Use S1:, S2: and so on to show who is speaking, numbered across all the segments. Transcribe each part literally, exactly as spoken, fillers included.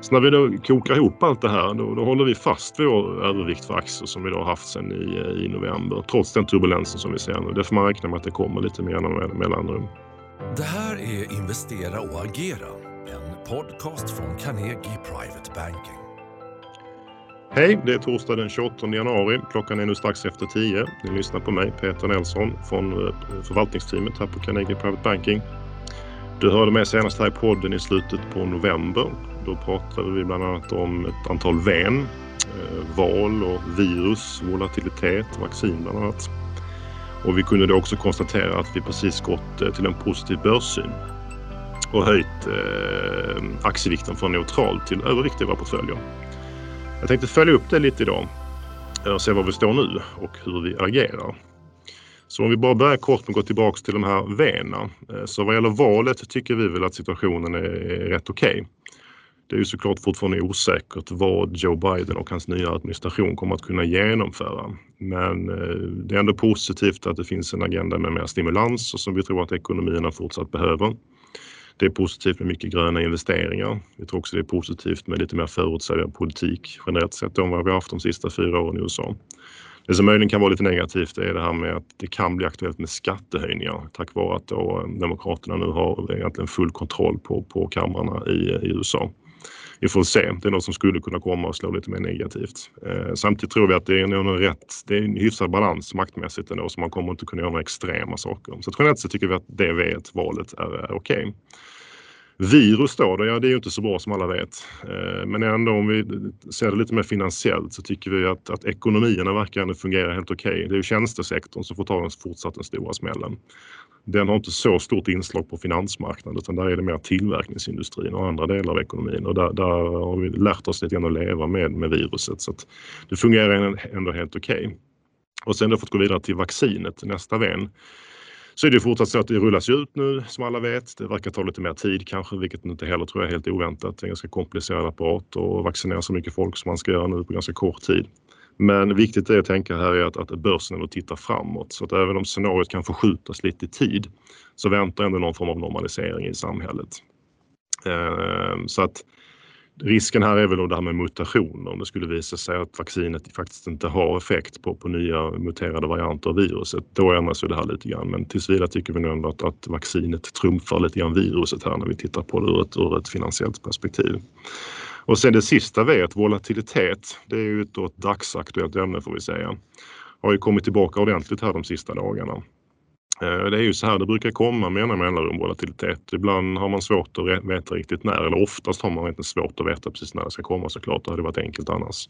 S1: Så när vi då kokar ihop allt det här, då, då håller vi fast vid vår övervikt för aktier som vi då har haft sedan i, i november. Trots den turbulensen som vi ser nu. Det får man räkna med att det kommer lite mer än mellanrum.
S2: Det här är Investera och agera. En podcast från Carnegie Private Banking.
S1: Hej, det är torsdag den tjugoåttonde januari. Klockan är nu strax efter tio. Ni lyssnar på mig, Peter Nelson, från förvaltningsteamet här på Carnegie Private Banking. Du hörde mig senast här i podden i slutet på november. Då pratade vi bland annat om ett antal vän, eh, val och virus, volatilitet, vaccin bland annat. Och vi kunde då också konstatera att vi precis gått eh, till en positiv börssyn och höjt eh, aktievikten från neutral till överviktig i våra portföljer. Jag tänkte följa upp det lite idag och se var vi står nu och hur vi agerar. Så om vi bara börjar kort med att gå tillbaka till de här väna. Så vad gäller valet tycker vi väl att situationen är rätt okej. Okay. Det är ju såklart fortfarande osäkert vad Joe Biden och hans nya administration kommer att kunna genomföra. Men det är ändå positivt att det finns en agenda med mer stimulans som vi tror att ekonomierna fortsatt behöver. Det är positivt med mycket gröna investeringar. Vi tror också det är positivt med lite mer förutsägbar politik generellt sett än vad vi har haft de sista fyra åren i U S A. Det som möjligen kan vara lite negativt är det här med att det kan bli aktuellt med skattehöjningar tack vare att då Demokraterna nu har egentligen full kontroll på, på kamrarna i, i U S A. Vi får se, det är något som skulle kunna komma och slå lite mer negativt. Eh, samtidigt tror vi att det är en, rätt, det är en hyfsad balans maktmässigt ändå, så man kommer inte kunna göra några extrema saker. Så generellt så tycker vi att det V-valet är, är okej. Okay. Virus då, då, ja det är ju inte så bra som alla vet. Eh, men ändå om vi ser det lite mer finansiellt så tycker vi att, att ekonomierna verkar ändå fungera helt okej. Okay. Det är ju tjänstesektorn som får ta den fortsatt den stora smällen. Den har inte så stort inslag på finansmarknaden, utan där är det mer tillverkningsindustrin och andra delar av ekonomin. Och där, där har vi lärt oss lite grann att leva med, med viruset, så att det fungerar ändå helt okej. Okay. Och sen då fått gå vidare till vaccinet, nästa vän. Så är det fortsatt så att det rullas ut nu som alla vet. Det verkar ta lite mer tid kanske, vilket inte heller tror jag är helt oväntat. Det är en ganska komplicerad apparat och vaccinera så mycket folk som man ska göra nu på ganska kort tid. Men viktigt är att tänka här är att, att börsen ändå tittar framåt. Så att även om scenariot kan förskjutas lite i tid så väntar ändå någon form av normalisering i samhället. Eh, så att risken här är väl då det här med mutationer. Om det skulle visa sig att vaccinet faktiskt inte har effekt på, på nya muterade varianter av viruset, då ändras ju det här lite grann. Men tills vidare tycker vi nu ändå att, att vaccinet trumfar lite grann viruset här när vi tittar på det ur ett, ur ett finansiellt perspektiv. Och sen det sista vet, volatilitet, det är ju ett, ett dagsaktuellt ämne får vi säga. Har ju kommit tillbaka ordentligt här de sista dagarna. Det är ju så här det brukar komma med en mellanrum volatilitet. Ibland har man svårt att veta riktigt när, eller oftast har man inte svårt att veta precis när det ska komma såklart. Det hade varit enkelt annars.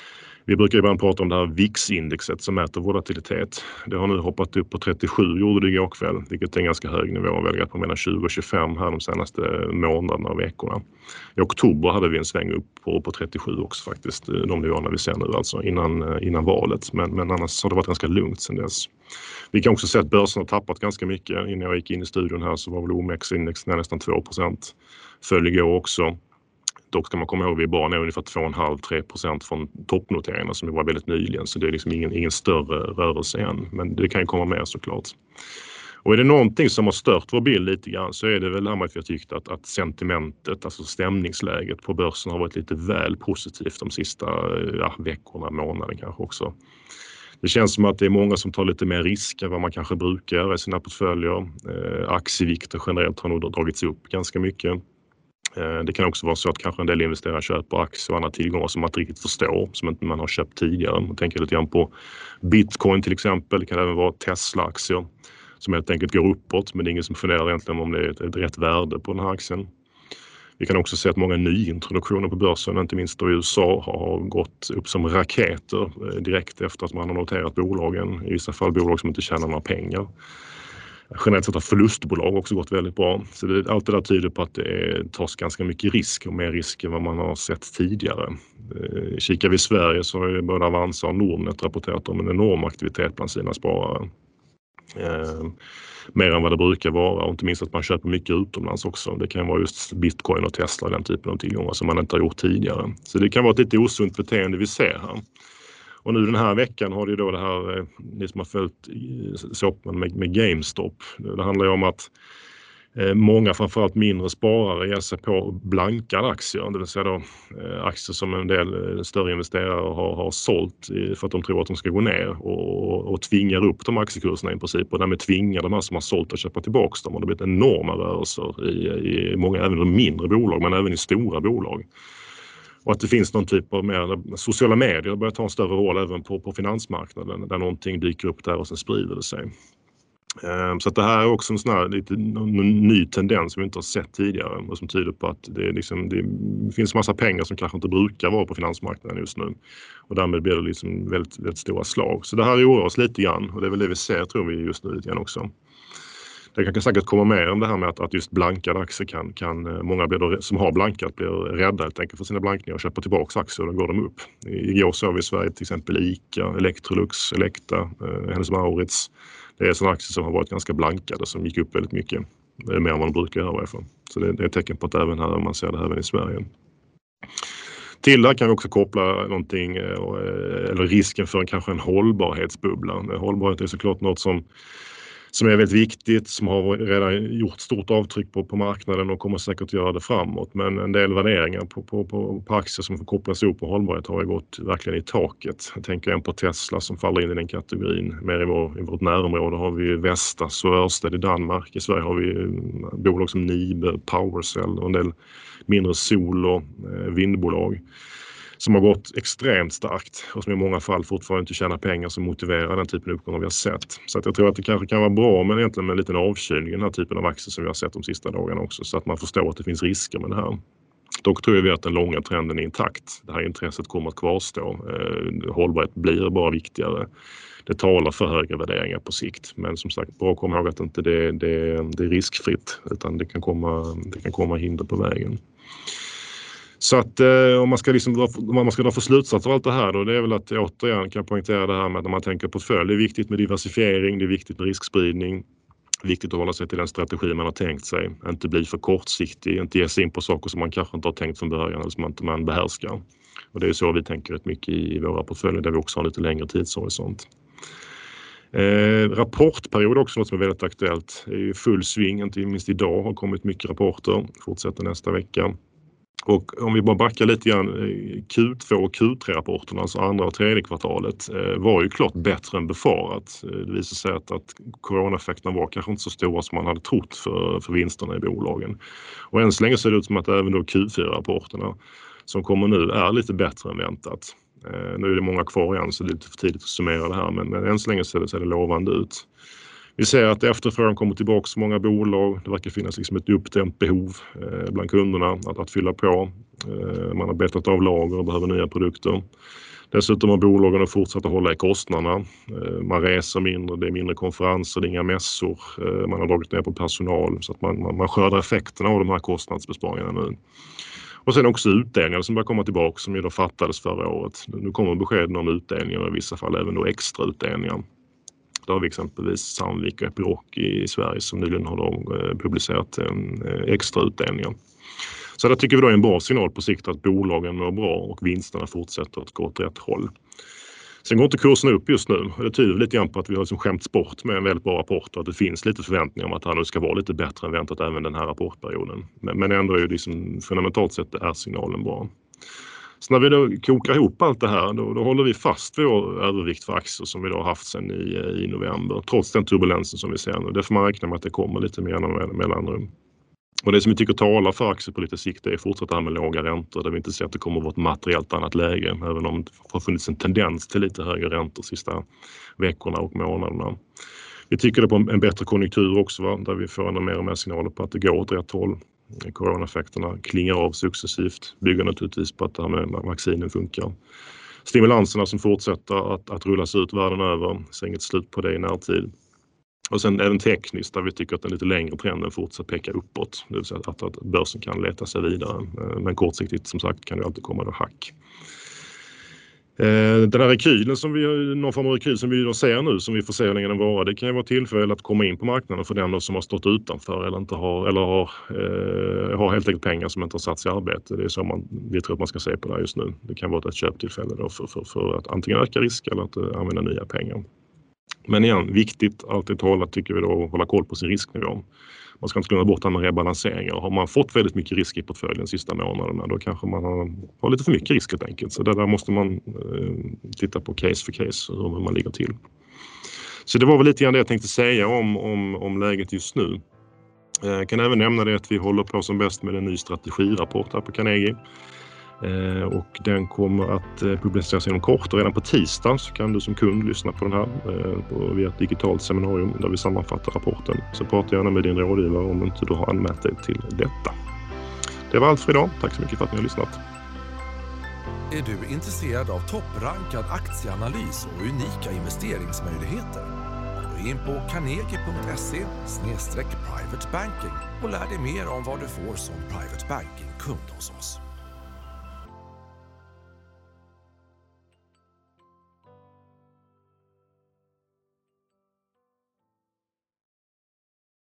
S1: Vi brukar ibland prata om det här V I X-indexet som mäter volatilitet. Det har nu hoppat upp på trettiosju, gjorde det igår kväll, vilket är en ganska hög nivå. Vi har legat på mellan tjugo och tjugofem här de senaste månaderna och veckorna. I oktober hade vi en sväng upp på, på trettiosju också faktiskt, de nivåerna vi ser nu alltså innan, innan valet. Men, men annars har det varit ganska lugnt sedan dess. Vi kan också se att börsen har tappat ganska mycket. Innan jag gick in i studion här så var väl O M X-index nästan två procent. Följ igår också. Dock ska man komma ihåg att vi bara är ungefär två komma fem till tre procent från toppnoteringarna som var väldigt nyligen. Så det är liksom ingen, ingen större rörelse än. Men det kan ju komma med såklart. Och är det någonting som har stört vår bild lite grann så är det väl här med att vi har tyckt att, att sentimentet, alltså stämningsläget på börsen har varit lite väl positivt de sista ja, veckorna, månaden kanske också. Det känns som att det är många som tar lite mer risk än vad man kanske brukar göra i sina portföljer. Eh, aktievikter generellt har nog dragits upp ganska mycket. Det kan också vara så att kanske en del investerare köper aktier och andra tillgångar som man inte riktigt förstår, som inte man har köpt tidigare. Man tänker lite grann på Bitcoin till exempel. Det kan även vara Tesla-aktier som helt enkelt går uppåt, men det är ingen som funderar egentligen om det är ett, ett rätt värde på den här aktien. Vi kan också se att många nyintroduktioner på börsen, inte minst då i U S A, har gått upp som raketer direkt efter att man har noterat bolagen. I vissa fall bolag som inte tjänar några pengar. Generellt sett har förlustbolag också gått väldigt bra. Så det, allt det där tyder på att det tas ganska mycket risk och mer risk än vad man har sett tidigare. Eh, kikar vi i Sverige så har både Avanza och Nordnet rapporterat om en enorm aktivitet bland sina sparare. Eh, mer än vad det brukar vara, och inte minst att man köper mycket utomlands också. Det kan vara just Bitcoin och Tesla och den typen av tillgångar som man inte har gjort tidigare. Så det kan vara ett lite osunt beteende vi ser här. Och nu den här veckan har det ju då det här, ni som har följt såpan med, med GameStop. Det handlar ju om att Många, framförallt mindre sparare, ger sig på blankade aktier, det vill säga då, eh, aktier som en del större investerare har, har sålt för att de tror att de ska gå ner och, och tvingar upp de aktiekurserna i princip, och därmed tvingar de här som har sålt att köpa tillbaka dem, och det blir enorma rörelser i, i många, även de mindre bolag men även i stora bolag. Och att det finns någon typ av mer, sociala medier börjar ta en större roll även på, på finansmarknaden, där någonting dyker upp där och sen sprider det sig. Så att det här är också en sån här lite ny tendens som vi inte har sett tidigare och som tyder på att det, är liksom, det finns massa pengar som kanske inte brukar vara på finansmarknaden just nu. Och därmed blir det liksom väldigt, väldigt stora slag. Så det här oroar oss lite grann, och det är väl det vi ser, tror vi, just nu lite grann också. Det kan säkert komma mer om det här med att, att just blankade aktier kan, kan många blir då, som har blankat blir rädda helt enkelt för sina blankningar och köper tillbaka aktier, och då går de upp. Igår såg vi i Sverige till exempel ICA, Electrolux, Elekta, eh, Hennes Mauritz. Det är sådana aktier som har varit ganska blankade som gick upp väldigt mycket. Det är mer än vad de brukar göra i alla fall. Så det, det är ett tecken på att även här, man ser det även i Sverige. Till det kan vi också koppla någonting, eller risken för en, kanske en hållbarhetsbubbla. Hållbarhet är såklart något som som är väldigt viktigt, som har redan gjort stort avtryck på, på marknaden och kommer säkert göra det framåt. Men en del värderingar på, på, på, på aktier som får kopplas ihop på hållbarhet har ju gått verkligen i taket. Jag tänker en på Tesla som faller in i den kategorin. Mer i, vår, i vårt närområde har vi Vestas och Ørsted i Danmark. I Sverige har vi bolag som Nibe, Powercell och en del mindre sol- och vindbolag som har gått extremt starkt och som i många fall fortfarande inte tjänar pengar som motiverar den typen av uppgångar vi har sett. Så att jag tror att det kanske kan vara bra, men egentligen med en liten avkylning i den här typen av aktier som vi har sett de sista dagarna också, så att man förstår att det finns risker med det här. Dock tror vi att den långa trenden är intakt. Det här intresset kommer att kvarstå. Eh, hållbarhet blir bara viktigare. Det talar för högre värderingar på sikt. Men som sagt, bra att komma ihåg att inte det, det, det är riskfritt, utan det kan komma, det kan komma hinder på vägen. Så att eh, om man ska liksom, om man ska dra för slutsats av allt det här då, det är väl att jag återigen kan poängtera det här med att när man tänker portfölj, det är viktigt med diversifiering, det är viktigt med riskspridning, viktigt att hålla sig till den strategi man har tänkt sig, inte bli för kortsiktig, inte ge sig in på saker som man kanske inte har tänkt från början eller som man inte man behärskar. Och det är så vi tänker rätt mycket i våra portföljer, där vi också har lite längre tidshorisont. Eh, rapportperiod också, något som är väldigt aktuellt. Det är ju full sving, inte minst idag har kommit mycket rapporter, fortsätter nästa vecka. Och om vi bara backar lite grann, Q två och Q tre-rapporterna, alltså andra och tredje kvartalet, var ju klart bättre än befarat. Det visar sig att, att coronaeffekterna var kanske inte så stora som man hade trott för, för vinsterna i bolagen. Och än så länge ser det ut som att även då Q fyra-rapporterna som kommer nu är lite bättre än väntat. Nu är det många kvar igen, så det är lite för tidigt att summera det här, men, men än så länge ser det, ser det lovande ut. Vi ser att efterfrågan kommer tillbaka så många bolag. Det verkar finnas liksom ett uppdämt behov eh, bland kunderna att, att fylla på. Eh, man har betat av lager och behöver nya produkter. Dessutom har bolagen fortsatt att hålla i kostnaderna. Eh, man reser mindre, det är mindre konferenser, det är inga mässor. Eh, man har dragit ner på personal, så att man, man, man skördar effekterna av de här kostnadsbesparingarna nu. Och sen också utdelningar som börjar komma tillbaka, som ju då fattades förra året. Nu kommer beskeden om utdelningar och i vissa fall även då extra utdelningar. Då har vi exempelvis Sandvik och Epiroc i Sverige som nyligen har då publicerat extra utdelningar. Så det tycker vi då är en bra signal på sikt att bolagen mår bra och vinsterna fortsätter att gå åt rätt håll. Sen går inte kursen upp just nu. Det tyder lite grann på att vi har liksom skämts bort med en väldigt bra rapport och att det finns lite förväntningar om att det här nu ska vara lite bättre än väntat även den här rapportperioden. Men, men ändå är det liksom fundamentalt sett är signalen bra. Så när vi då kokar ihop allt det här, då, då håller vi fast vid vår övervikt för aktier som vi då har haft sedan i, i november, trots den turbulensen som vi ser nu. Det får man räkna med att det kommer lite mer mellanrum. Och det som vi tycker talar för aktier på lite sikt är fortsatt det här med låga räntor, där vi inte ser att det kommer att vara ett materiellt annat läge, även om det har funnits en tendens till lite högre räntor de sista veckorna och månaderna. Vi tycker det på en bättre konjunktur också, va? Där vi får ännu mer och mer signaler på att det går åt rätt håll. Coronaeffekterna klingar av successivt, bygger naturligtvis på att det här med vaccinen funkar. Stimulanserna som fortsätter att, att rullas ut världen över, så inget slut på det i närtid. Och sen även tekniskt, där vi tycker att den lite längre trenden fortsätter peka uppåt. Det vill säga att, att börsen kan leta sig vidare. Men kortsiktigt som sagt kan det alltid komma då hack. Den här rekylen som vi, någon form av rekyl som vi då ser nu, som vi får se hur länge den varar, det kan ju vara tillfälle att komma in på marknaden för den som har stått utanför eller inte har, eller har, eh, har helt enkelt pengar som inte har satts i arbete. Det är så man, vi tror att man ska se på det här just nu. Det kan vara ett köptillfälle då för, för, för att antingen öka risk eller att uh, använda nya pengar. Men igen, viktigt alltid att hålla, tycker vi då, hålla koll på sin risknivå. man ska inte glömma bort det med rebalanseringar. Har man fått väldigt mycket risk i portföljen de sista månaderna, då kanske man har, har lite för mycket risk helt enkelt. Så där, där måste man eh, titta på case för case hur man ligger till. Så det var väl lite grann det jag tänkte säga om, om, om läget just nu. Jag kan även nämna det att vi håller på som bäst med en ny strategirapport här på Carnegie. Eh, och den kommer att eh, publiceras inom kort, och redan på tisdag så kan du som kund lyssna på den här eh, via ett digitalt seminarium där vi sammanfattar rapporten. Så prata gärna med din rådgivare om inte du har anmält dig till detta. Det var allt för idag. Tack så mycket för att ni har lyssnat.
S2: Är du intresserad av topprankad aktieanalys och unika investeringsmöjligheter? Gå in på carnegie punkt se slash private banking och lär dig mer om vad du får som private banking-kund hos oss.